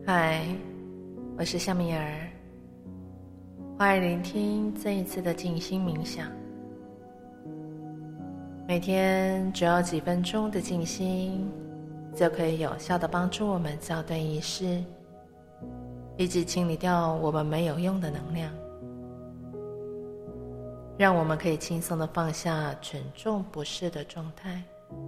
嗨，我是夏米尔，欢迎聆听这一次的静心冥想。每天只要几分钟的静心，就可以有效地帮助我们校对意识，以及清理掉我们没有用的能量，让我们可以轻松地放下沉重不适的状态。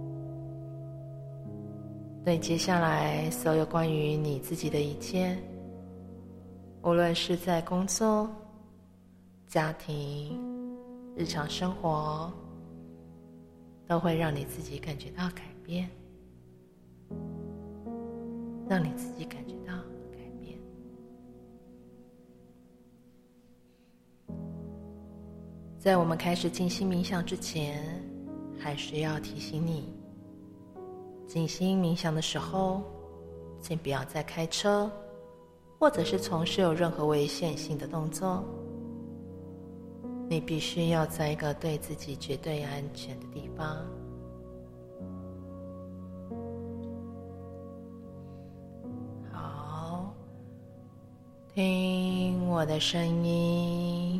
对接下来所有关于你自己的一切，无论是在工作、家庭、日常生活，都会让你自己感觉到改变，让你自己感觉到改变。在我们开始静心冥想之前，还是要提醒你，静心冥想的时候，请不要再开车，或者是从事有任何危险性的动作。你必须要在一个对自己绝对安全的地方。好，听我的声音。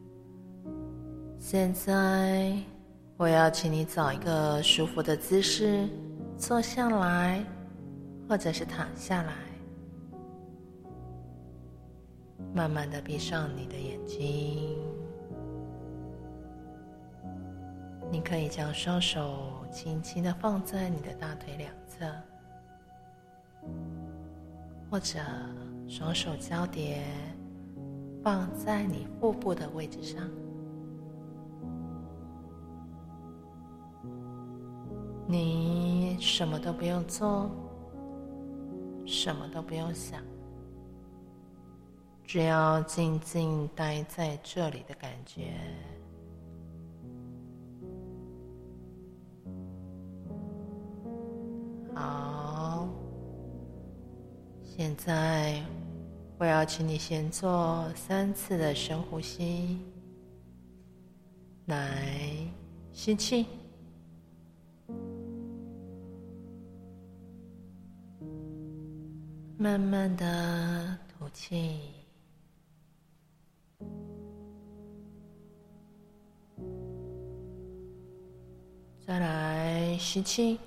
现在，我要请你找一个舒服的姿势，坐下来，或者是躺下来，慢慢地闭上你的眼睛。你可以将双手轻轻地放在你的大腿两侧，或者双手交叠放在你腹部的位置上。你什么都不用做，什么都不用想，只要静静待在这里的感觉。好，现在我要请你先做3次的深呼吸。来，吸气，慢慢的吐气，再来吸气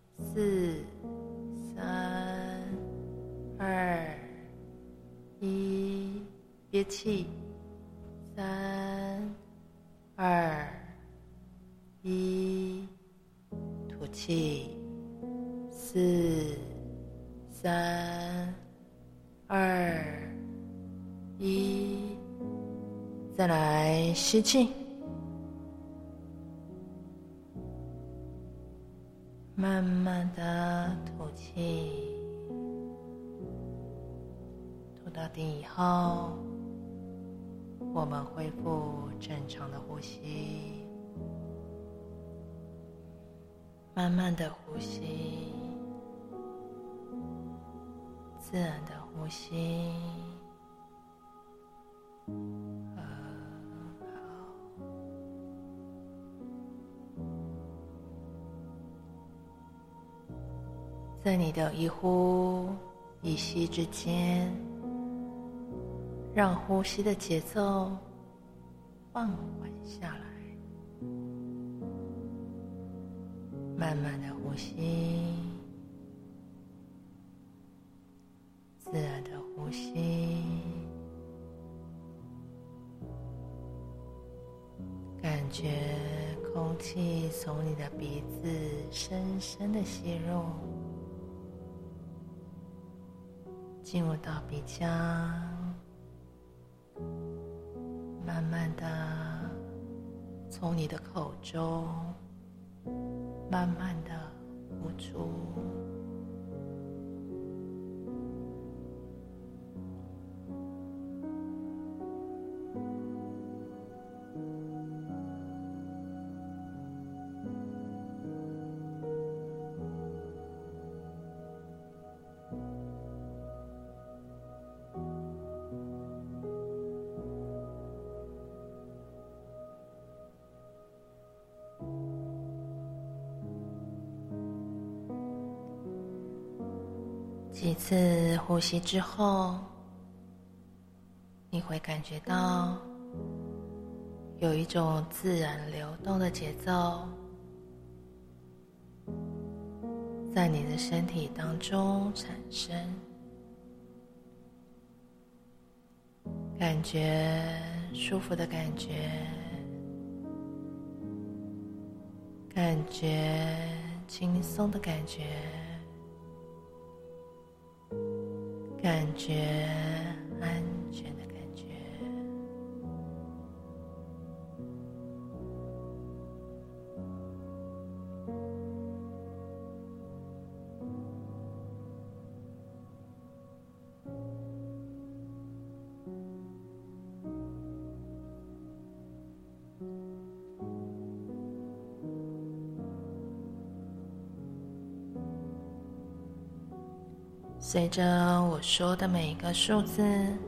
，4、3、2、1，憋气，3、2、1，吐气，4、3、2、1，再来吸气，慢慢的吐气，吐到底以后，我们恢复正常的呼吸，慢慢的呼吸，自然的呼吸。在你的一呼一吸之间，让呼吸的节奏放缓下来，慢慢的呼吸，自然的呼吸，感觉空气从你的鼻子深深的吸入，进入到鼻腔，慢慢的从你的口中慢慢的呼出。 几次呼吸之后，你会感觉到有一种自然流动的节奏在你的身体当中产生，感觉舒服的感觉，感觉轻松的感觉，感觉安全的感觉。随着我说的每一个数字，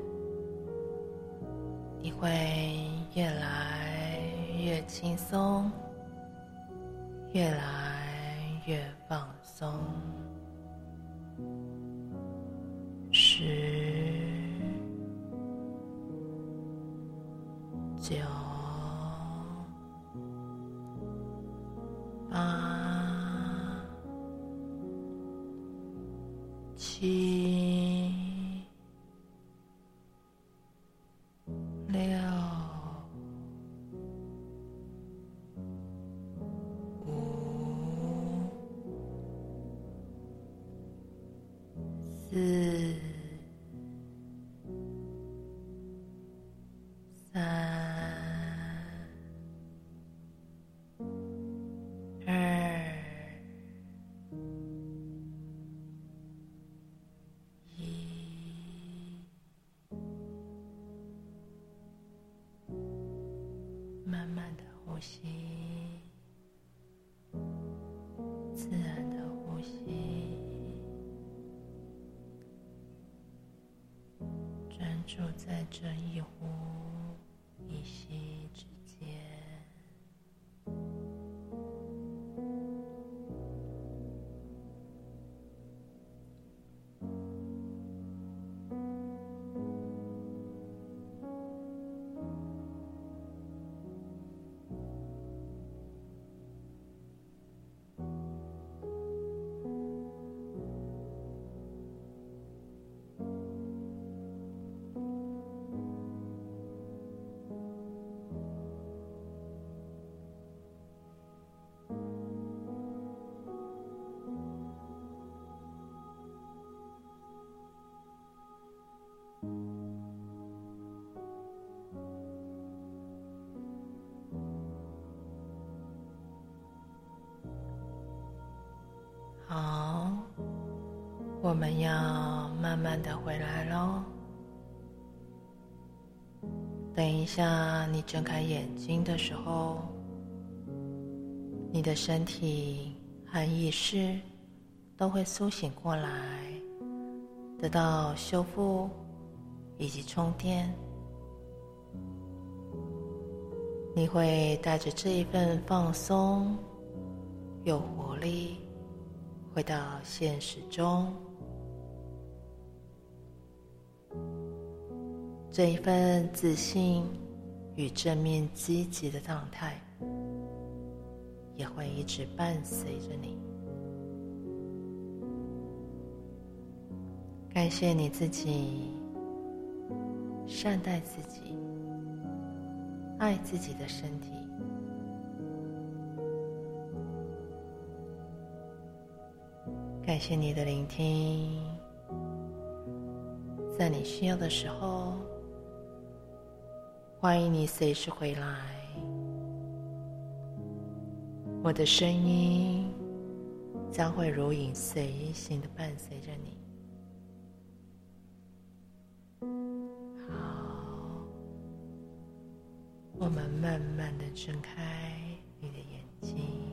你会越来越轻松，越来越放松。10、9、8、7、6、5、4、3、2、慢慢的呼吸，自然的呼吸，专注在这一呼一吸之间。好，我们要慢慢的回来咯。等一下你睁开眼睛的时候，你的身体和意识都会苏醒过来，得到修复以及充电。你会带着这一份放松、有活力回到现实中，这一份自信与正面积极的状态也会一直伴随着你。感谢你自己，善待自己，爱自己的身体。感谢你的聆听，在你需要的时候，欢迎你随时回来。我的声音将会如影随形地伴随着你。好，我们慢慢地睁开你的眼睛。